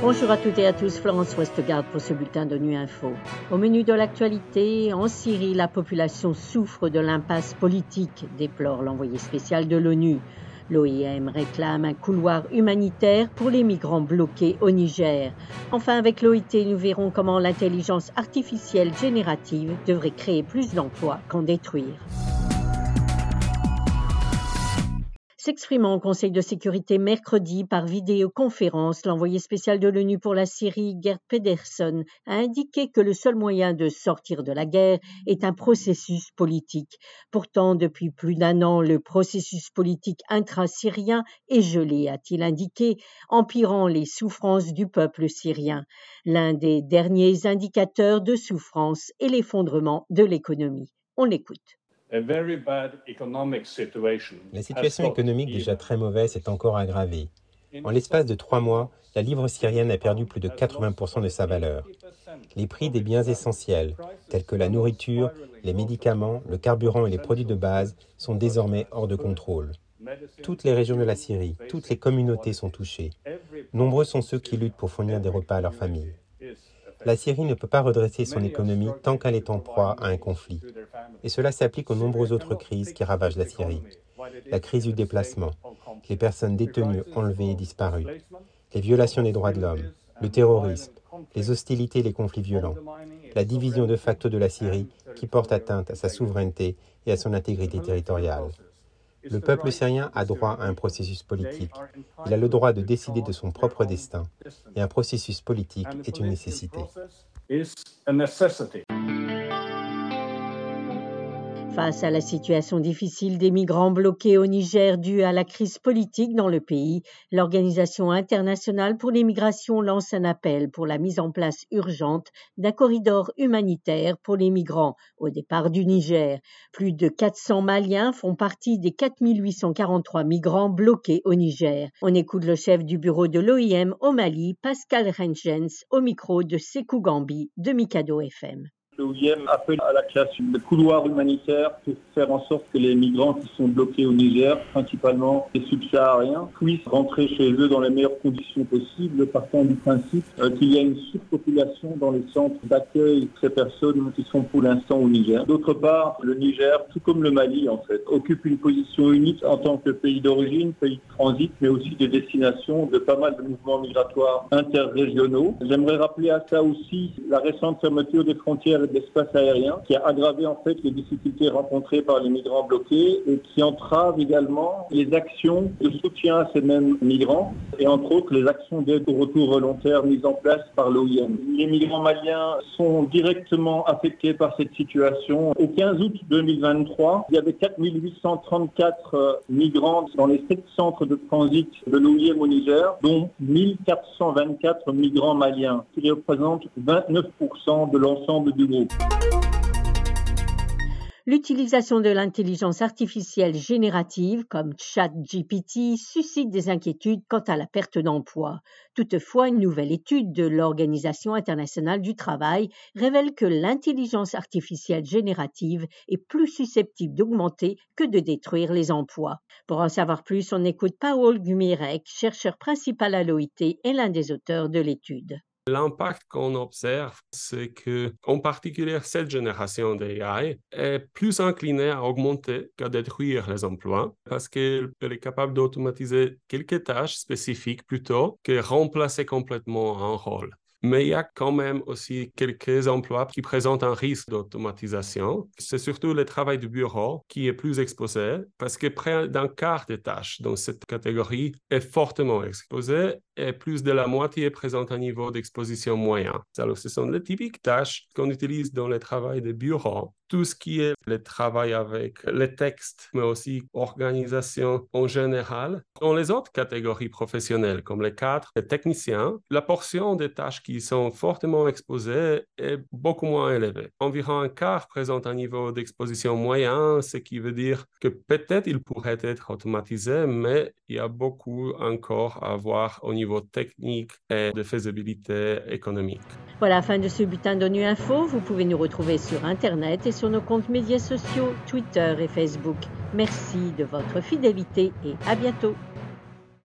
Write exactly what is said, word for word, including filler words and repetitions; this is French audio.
Bonjour à toutes et à tous, Florence Westgard pour ce bulletin d'ONU Info. Au menu de l'actualité, en Syrie, la population souffre de l'impasse politique, déplore l'envoyé spécial de l'ONU. L'O I M réclame un couloir humanitaire pour les migrants bloqués au Niger. Enfin, avec l'O I T, nous verrons comment l'intelligence artificielle générative devrait créer plus d'emplois qu'en détruire. S'exprimant au Conseil de sécurité mercredi par vidéoconférence, l'envoyé spécial de l'ONU pour la Syrie, Geert Pedersen, a indiqué que le seul moyen de sortir de la guerre est un processus politique. Pourtant, depuis plus d'un an, le processus politique intra-syrien est gelé, a-t-il indiqué, empirant les souffrances du peuple syrien. L'un des derniers indicateurs de souffrance est l'effondrement de l'économie. On l'écoute. La situation économique déjà très mauvaise s'est encore aggravée. En l'espace de trois mois, la livre syrienne a perdu plus de quatre-vingts pour cent de sa valeur. Les prix des biens essentiels, tels que la nourriture, les médicaments, le carburant et les produits de base, sont désormais hors de contrôle. Toutes les régions de la Syrie, toutes les communautés sont touchées. Nombreux sont ceux qui luttent pour fournir des repas à leurs familles. La Syrie ne peut pas redresser son économie tant qu'elle est en proie à un conflit. Et cela s'applique aux nombreuses autres crises qui ravagent la Syrie. La crise du déplacement, les personnes détenues, enlevées et disparues, les violations des droits de l'homme, le terrorisme, les hostilités et les conflits violents, la division de facto de la Syrie qui porte atteinte à sa souveraineté et à son intégrité territoriale. Le peuple syrien a droit à un processus politique. Il a le droit de décider de son propre destin. Et un processus politique est une nécessité. Face à la situation difficile des migrants bloqués au Niger due à la crise politique dans le pays, l'Organisation internationale pour les migrations lance un appel pour la mise en place urgente d'un corridor humanitaire pour les migrants au départ du Niger. Plus de quatre cents Maliens font partie des quatre mille huit cent quarante-trois migrants bloqués au Niger. On écoute le chef du bureau de l'O I M au Mali, Pascal Rengens, au micro de Sekou Gambi de Mikado F M. L'O I M appelle à la création de couloirs humanitaires pour faire en sorte que les migrants qui sont bloqués au Niger, principalement les subsahariens, puissent rentrer chez eux dans les meilleures conditions possibles, partant du principe euh, qu'il y a une surpopulation dans les centres d'accueil de ces personnes qui sont pour l'instant au Niger. D'autre part, le Niger, tout comme le Mali en fait, occupe une position unique en tant que pays d'origine, pays de transit, mais aussi de destination de pas mal de mouvements migratoires interrégionaux. J'aimerais rappeler à ça aussi la récente fermeture des frontières de l'espace aérien qui a aggravé en fait les difficultés rencontrées par les migrants bloqués et qui entrave également les actions de soutien à ces mêmes migrants et entre autres les actions d'aide au retour volontaire mises en place par l'O I M. Les migrants maliens sont directement affectés par cette situation. Au quinze août deux mille vingt-trois, il y avait quatre mille huit cent trente-quatre migrants dans les sept centres de transit de l'O I M au Niger, dont mille quatre cent vingt-quatre migrants maliens, qui représentent vingt-neuf pour cent de l'ensemble du groupe. L'utilisation de l'intelligence artificielle générative comme ChatGPT suscite des inquiétudes quant à la perte d'emploi. Toutefois, une nouvelle étude de l'Organisation internationale du travail révèle que l'intelligence artificielle générative est plus susceptible d'augmenter que de détruire les emplois. Pour en savoir plus, on écoute Paul Gumirek, chercheur principal à l'O I T et l'un des auteurs de l'étude. L'impact qu'on observe, c'est que, en particulier, cette génération d'A I est plus inclinée à augmenter qu'à détruire les emplois parce qu'elle est capable d'automatiser quelques tâches spécifiques plutôt que remplacer complètement un rôle. Mais il y a quand même aussi quelques emplois qui présentent un risque d'automatisation. C'est surtout le travail du bureau qui est plus exposé parce que près d'un quart des tâches dans cette catégorie est fortement exposé et plus de la moitié présente un niveau d'exposition moyen. Alors, ce sont les typiques tâches qu'on utilise dans le travail de bureau. Tout ce qui est le travail avec les textes, mais aussi organisation en général. Dans les autres catégories professionnelles, comme les cadres, les techniciens, la portion des tâches qui sont fortement exposées est beaucoup moins élevée. Environ un quart présente un niveau d'exposition moyen, ce qui veut dire que peut-être il pourrait être automatisé, mais il y a beaucoup encore à voir au niveau technique et de faisabilité économique. Voilà la fin de ce bulletin d'ONU Info. Vous pouvez nous retrouver sur Internet et sur nos comptes médias sociaux, Twitter et Facebook. Merci de votre fidélité et à bientôt.